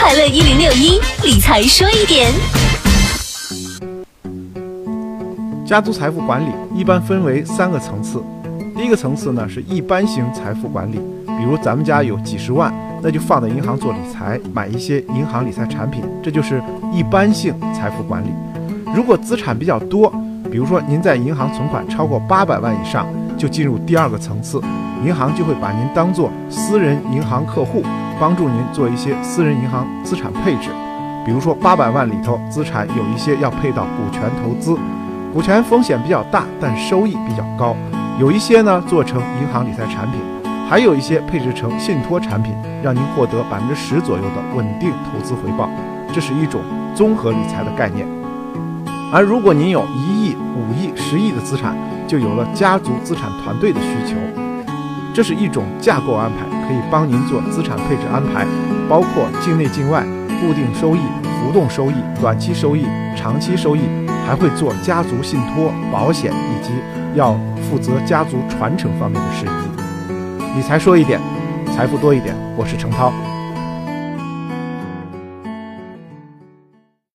快乐1061理财说一点。 家族财富管理一般分为3个层次。第一个层次呢是一般型财富管理，比如咱们家有几十万，那就放在银行做理财，买一些银行理财产品，这就是一般性财富管理。如果资产比较多，比如说您在银行存款超过800万以上，就进入第2个层次，银行就会把您当作私人银行客户，帮助您做一些私人银行资产配置。比如说800万里头资产有一些要配到股权投资，股权风险比较大，但收益比较高，有一些呢做成银行理财产品，还有一些配置成信托产品，让您获得10%左右的稳定投资回报，这是一种综合理财的概念。而如果您有1亿、5亿、10亿的资产，就有了家族资产团队的需求，这是一种架构安排，可以帮您做资产配置安排，包括境内境外、固定收益、浮动收益、短期收益、长期收益，还会做家族信托、保险，以及要负责家族传承方面的事宜。理财说一点，财富多一点，我是程涛。